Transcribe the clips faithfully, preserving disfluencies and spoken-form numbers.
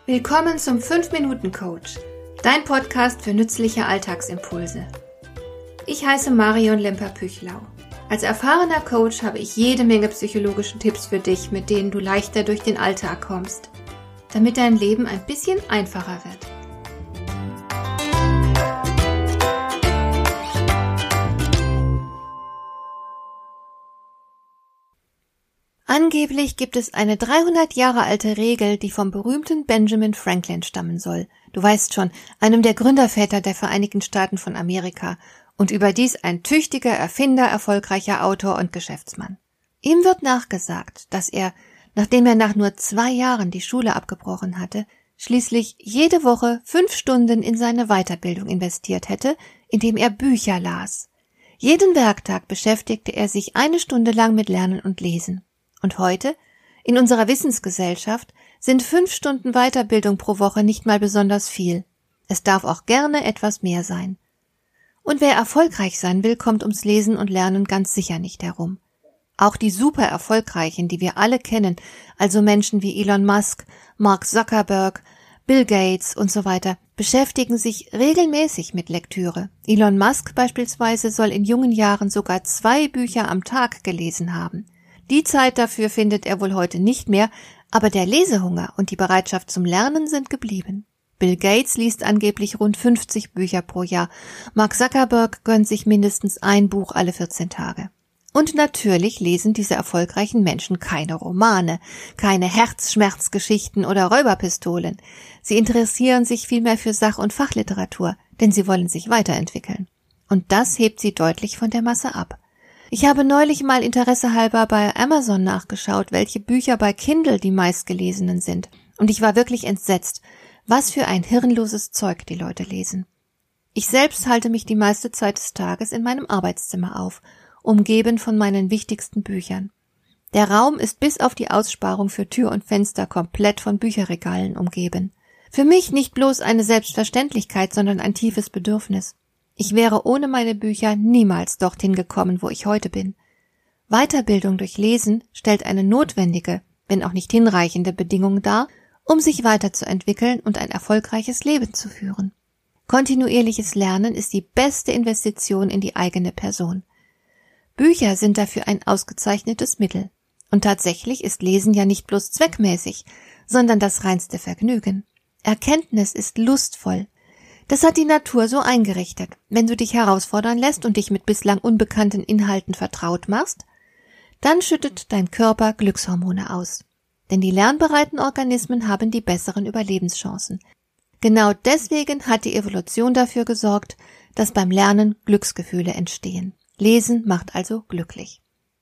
Willkommen zum fünf Minuten Coach, dein Podcast für nützliche Alltagsimpulse. Ich heiße Marion Lemper-Püchlau. Als erfahrener Coach habe ich jede Menge psychologische Tipps für dich, mit denen du leichter durch den Alltag kommst, damit dein Leben ein bisschen einfacher wird. Angeblich gibt es eine dreihundert Jahre alte Regel, die vom berühmten Benjamin Franklin stammen soll. Du weißt schon, einem der Gründerväter der Vereinigten Staaten von Amerika und überdies ein tüchtiger Erfinder, erfolgreicher Autor und Geschäftsmann. Ihm wird nachgesagt, dass er, nachdem er nach nur zwei Jahren die Schule abgebrochen hatte, schließlich jede Woche fünf Stunden in seine Weiterbildung investiert hätte, indem er Bücher las. Jeden Werktag beschäftigte er sich eine Stunde lang mit Lernen und Lesen. Und heute, in unserer Wissensgesellschaft, sind fünf Stunden Weiterbildung pro Woche nicht mal besonders viel. Es darf auch gerne etwas mehr sein. Und wer erfolgreich sein will, kommt ums Lesen und Lernen ganz sicher nicht herum. Auch die super Erfolgreichen, die wir alle kennen, also Menschen wie Elon Musk, Mark Zuckerberg, Bill Gates und so weiter, beschäftigen sich regelmäßig mit Lektüre. Elon Musk beispielsweise soll in jungen Jahren sogar zwei Bücher am Tag gelesen haben. Die Zeit dafür findet er wohl heute nicht mehr, aber der Lesehunger und die Bereitschaft zum Lernen sind geblieben. Bill Gates liest angeblich rund fünfzig Bücher pro Jahr. Mark Zuckerberg gönnt sich mindestens ein Buch alle vierzehn Tage. Und natürlich lesen diese erfolgreichen Menschen keine Romane, keine Herzschmerzgeschichten oder Räuberpistolen. Sie interessieren sich vielmehr für Sach- und Fachliteratur, denn sie wollen sich weiterentwickeln. Und das hebt sie deutlich von der Masse ab. Ich habe neulich mal interessehalber bei Amazon nachgeschaut, welche Bücher bei Kindle die meistgelesenen sind. Und ich war wirklich entsetzt, was für ein hirnloses Zeug die Leute lesen. Ich selbst halte mich die meiste Zeit des Tages in meinem Arbeitszimmer auf, umgeben von meinen wichtigsten Büchern. Der Raum ist bis auf die Aussparung für Tür und Fenster komplett von Bücherregalen umgeben. Für mich nicht bloß eine Selbstverständlichkeit, sondern ein tiefes Bedürfnis. Ich wäre ohne meine Bücher niemals dorthin gekommen, wo ich heute bin. Weiterbildung durch Lesen stellt eine notwendige, wenn auch nicht hinreichende Bedingung dar, um sich weiterzuentwickeln und ein erfolgreiches Leben zu führen. Kontinuierliches Lernen ist die beste Investition in die eigene Person. Bücher sind dafür ein ausgezeichnetes Mittel. Und tatsächlich ist Lesen ja nicht bloß zweckmäßig, sondern das reinste Vergnügen. Erkenntnis ist lustvoll. Das hat die Natur so eingerichtet. Wenn du dich herausfordern lässt und dich mit bislang unbekannten Inhalten vertraut machst, dann schüttet dein Körper Glückshormone aus. Denn die lernbereiten Organismen haben die besseren Überlebenschancen. Genau deswegen hat die Evolution dafür gesorgt, dass beim Lernen Glücksgefühle entstehen. Lesen macht also glücklich.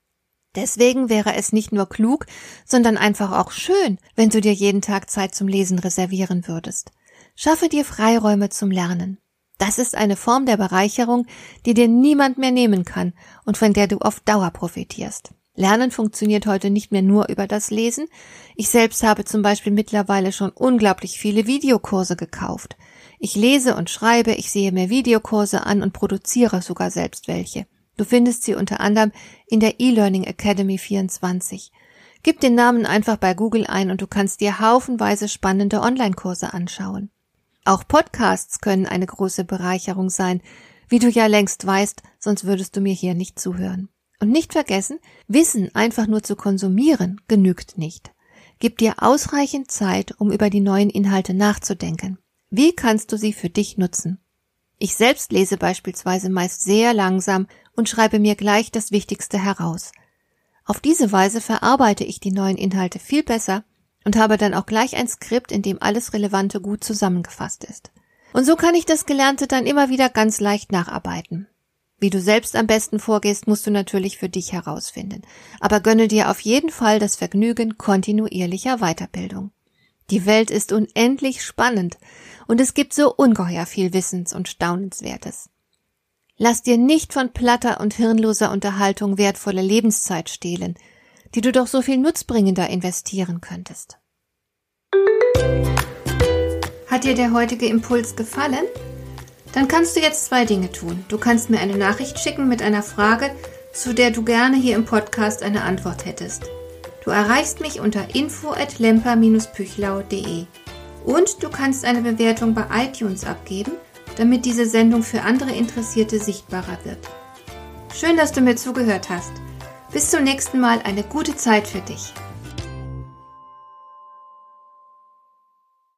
Deswegen wäre es nicht nur klug, sondern einfach auch schön, wenn du dir jeden Tag Zeit zum Lesen reservieren würdest. Schaffe dir Freiräume zum Lernen. Das ist eine Form der Bereicherung, die dir niemand mehr nehmen kann und von der du auf Dauer profitierst. Lernen funktioniert heute nicht mehr nur über das Lesen. Ich selbst habe zum Beispiel mittlerweile schon unglaublich viele Videokurse gekauft. Ich lese und schreibe, ich sehe mir Videokurse an und produziere sogar selbst welche. Du findest sie unter anderem in der E-Learning Academy vierundzwanzig. Gib den Namen einfach bei Google ein und du kannst dir haufenweise spannende Online-Kurse anschauen. Auch Podcasts können eine große Bereicherung sein, wie du ja längst weißt, sonst würdest du mir hier nicht zuhören. Und nicht vergessen, Wissen einfach nur zu konsumieren genügt nicht. Gib dir ausreichend Zeit, um über die neuen Inhalte nachzudenken. Wie kannst du sie für dich nutzen? Ich selbst lese beispielsweise meist sehr langsam und schreibe mir gleich das Wichtigste heraus. Auf diese Weise verarbeite ich die neuen Inhalte viel besser und habe dann auch gleich ein Skript, in dem alles Relevante gut zusammengefasst ist. Und so kann ich das Gelernte dann immer wieder ganz leicht nacharbeiten. Wie du selbst am besten vorgehst, musst du natürlich für dich herausfinden. Aber gönne dir auf jeden Fall das Vergnügen kontinuierlicher Weiterbildung. Die Welt ist unendlich spannend und es gibt so ungeheuer viel Wissens- und Staunenswertes. Lass dir nicht von platter und hirnloser Unterhaltung wertvolle Lebenszeit stehlen, die du doch so viel nutzbringender investieren könntest. Hat dir der heutige Impuls gefallen? Dann kannst du jetzt zwei Dinge tun. Du kannst mir eine Nachricht schicken mit einer Frage, zu der du gerne hier im Podcast eine Antwort hättest. Du erreichst mich unter info at lemper dash püchlau punkt de. Und du kannst eine Bewertung bei iTunes abgeben, damit diese Sendung für andere Interessierte sichtbarer wird. Schön, dass du mir zugehört hast. Bis zum nächsten Mal, eine gute Zeit für dich.